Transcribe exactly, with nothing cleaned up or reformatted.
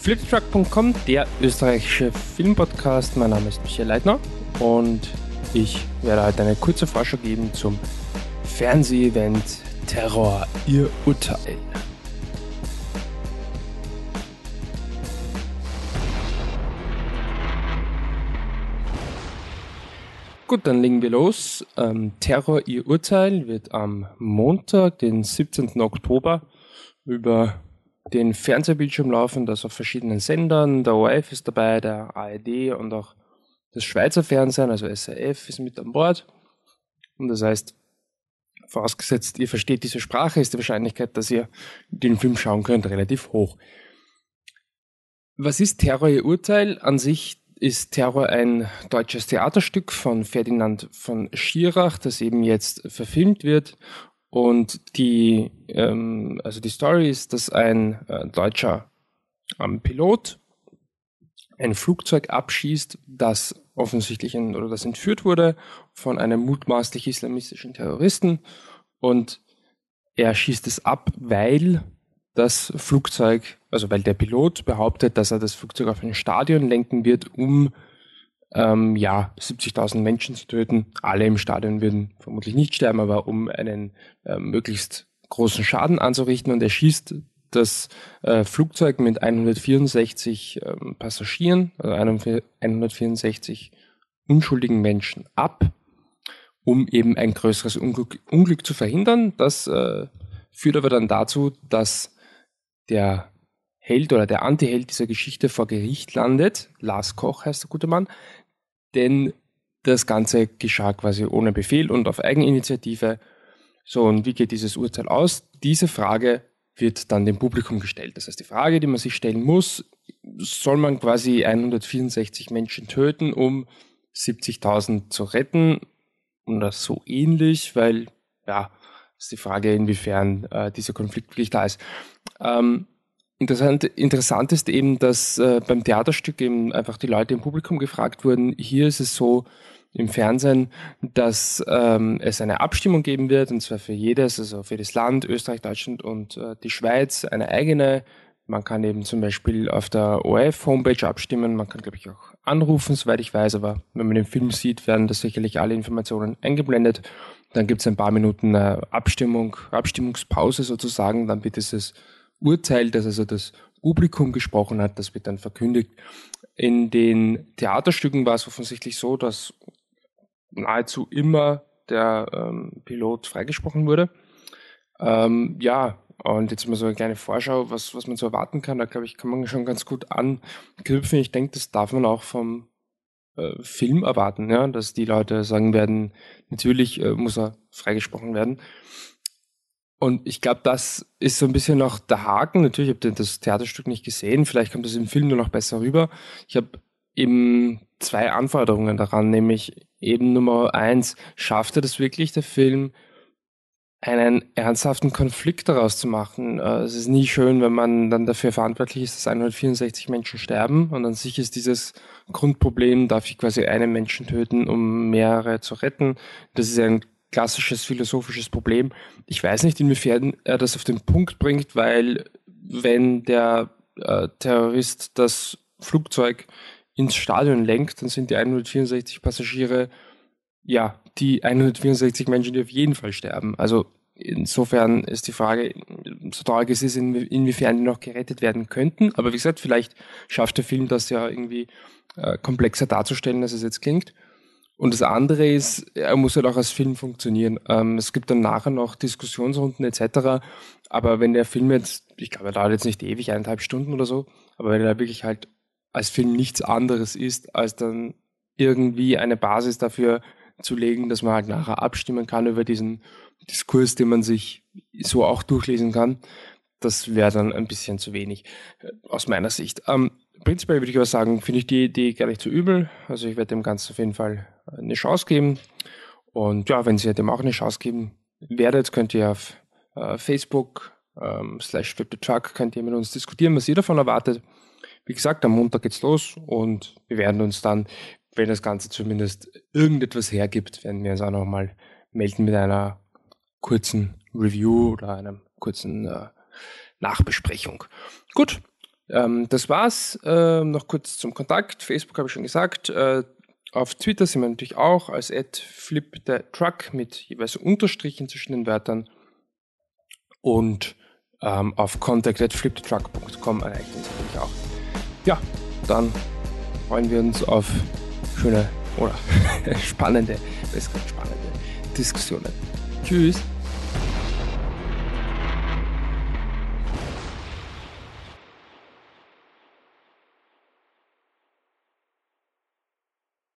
fliptruck punkt com, der österreichische Filmpodcast. Mein Name ist Michael Leitner und ich werde heute eine kurze Vorschau geben zum Fernseh-Event Terror, Ihr Urteil. Gut, dann legen wir los. Ähm, Terror, Ihr Urteil wird am Montag, den siebzehnten Oktober, über den Fernsehbildschirm laufen, das auf verschiedenen Sendern. Der O R F ist dabei, der A R D und auch das Schweizer Fernsehen, also S R F, ist mit an Bord. Und das heißt, vorausgesetzt, ihr versteht diese Sprache, ist die Wahrscheinlichkeit, dass ihr den Film schauen könnt, relativ hoch. Was ist Terror, Ihr Urteil? An sich ist Terror ein deutsches Theaterstück von Ferdinand von Schirach, das eben jetzt verfilmt wird. Und die, ähm, also die Story ist, dass ein äh, deutscher ähm, Pilot ein Flugzeug abschießt, das offensichtlich ein, oder das entführt wurde von einem mutmaßlich islamistischen Terroristen. Und er schießt es ab, weil das Flugzeug, also weil der Pilot behauptet, dass er das Flugzeug auf ein Stadion lenken wird, um ähm, ja siebzigtausend Menschen zu töten. Alle im Stadion würden vermutlich nicht sterben, aber um einen äh, möglichst großen Schaden anzurichten. Und er schießt das äh, Flugzeug mit hundertvierundsechzig ähm, Passagieren, also hundertvierundsechzig unschuldigen Menschen ab, um eben ein größeres Unglück, Unglück zu verhindern. Das äh, führt aber dann dazu, dass der Held oder der Antiheld dieser Geschichte vor Gericht landet. Lars Koch heißt der gute Mann. Denn das Ganze geschah quasi ohne Befehl und auf Eigeninitiative. So, und wie geht dieses Urteil aus? Diese Frage wird dann dem Publikum gestellt. Das heißt, die Frage, die man sich stellen muss, soll man quasi hundertvierundsechzig Menschen töten, um siebzigtausend zu retten? Oder so ähnlich, weil, ja, ist die Frage, inwiefern äh, dieser Konflikt wirklich da ist. Ähm, interessant, interessant ist eben, dass äh, beim Theaterstück eben einfach die Leute im Publikum gefragt wurden. Hier ist es so im Fernsehen, dass ähm, es eine Abstimmung geben wird, und zwar für jedes, also für das Land, Österreich, Deutschland und äh, die Schweiz, eine eigene. Man kann eben zum Beispiel auf der O R F-Homepage abstimmen, man kann, glaube ich, auch anrufen, soweit ich weiß, aber wenn man den Film sieht, werden da sicherlich alle Informationen eingeblendet. Dann gibt es ein paar Minuten äh, Abstimmung, Abstimmungspause sozusagen, dann wird dieses Urteil, das also das Publikum gesprochen hat, das wird dann verkündigt. In den Theaterstücken war es offensichtlich so, dass nahezu immer der ähm, Pilot freigesprochen wurde. Ähm, ja, und jetzt mal so eine kleine Vorschau, was, was man so erwarten kann. Da, glaube ich, kann man schon ganz gut anknüpfen. Ich denke, das darf man auch vom äh, Film erwarten, ja, dass die Leute sagen werden, natürlich äh, muss er freigesprochen werden. Und ich glaube, das ist so ein bisschen noch der Haken. Natürlich habe ich das Theaterstück nicht gesehen. Vielleicht kommt das im Film nur noch besser rüber. Ich habe eben zwei Anforderungen daran, nämlich eben Nummer eins, schafft er das wirklich, der Film, einen ernsthaften Konflikt daraus zu machen? Es ist nie schön, wenn man dann dafür verantwortlich ist, dass hundertvierundsechzig Menschen sterben. Und an sich ist dieses Grundproblem, darf ich quasi einen Menschen töten, um mehrere zu retten. Das ist ein klassisches philosophisches Problem. Ich weiß nicht, inwiefern er das auf den Punkt bringt, weil wenn der äh, Terrorist das Flugzeug ins Stadion lenkt, dann sind die hundertvierundsechzig Passagiere, ja, die hundertvierundsechzig Menschen, die auf jeden Fall sterben. Also insofern ist die Frage, so traurig es ist, inwiefern die noch gerettet werden könnten. Aber wie gesagt, vielleicht schafft der Film das ja irgendwie äh, komplexer darzustellen, als es jetzt klingt. Und das andere ist, er muss halt auch als Film funktionieren. Ähm, es gibt dann nachher noch Diskussionsrunden et cetera. Aber wenn der Film jetzt, ich glaube, er dauert jetzt nicht ewig, eineinhalb Stunden oder so, aber wenn er wirklich halt als Film nichts anderes ist, als dann irgendwie eine Basis dafür zu legen, dass man halt nachher abstimmen kann über diesen Diskurs, den man sich so auch durchlesen kann, das wäre dann ein bisschen zu wenig äh, aus meiner Sicht. Ähm, prinzipiell würde ich aber sagen, finde ich die Idee gar nicht so übel. Also ich werde dem Ganzen auf jeden Fall eine Chance geben. Und ja, wenn Sie dem auch eine Chance geben werdet, könnt ihr auf äh, Facebook ähm, slash flip the truck könnt ihr mit uns diskutieren, was ihr davon erwartet. Wie gesagt, am Montag geht's los und wir werden uns dann, wenn das Ganze zumindest irgendetwas hergibt, werden wir uns auch nochmal melden mit einer kurzen Review oder einer kurzen äh, Nachbesprechung. Gut, Ähm, das war's. Äh, noch kurz zum Kontakt. Facebook habe ich schon gesagt. Äh, auf Twitter sind wir natürlich auch als at flipthetruck mit jeweils Unterstrichen zwischen den Wörtern. Und ähm, auf contact at flipthetruck punkt com erreicht uns natürlich auch. Ja, dann freuen wir uns auf schöne oder spannende, spannende Diskussionen. Tschüss.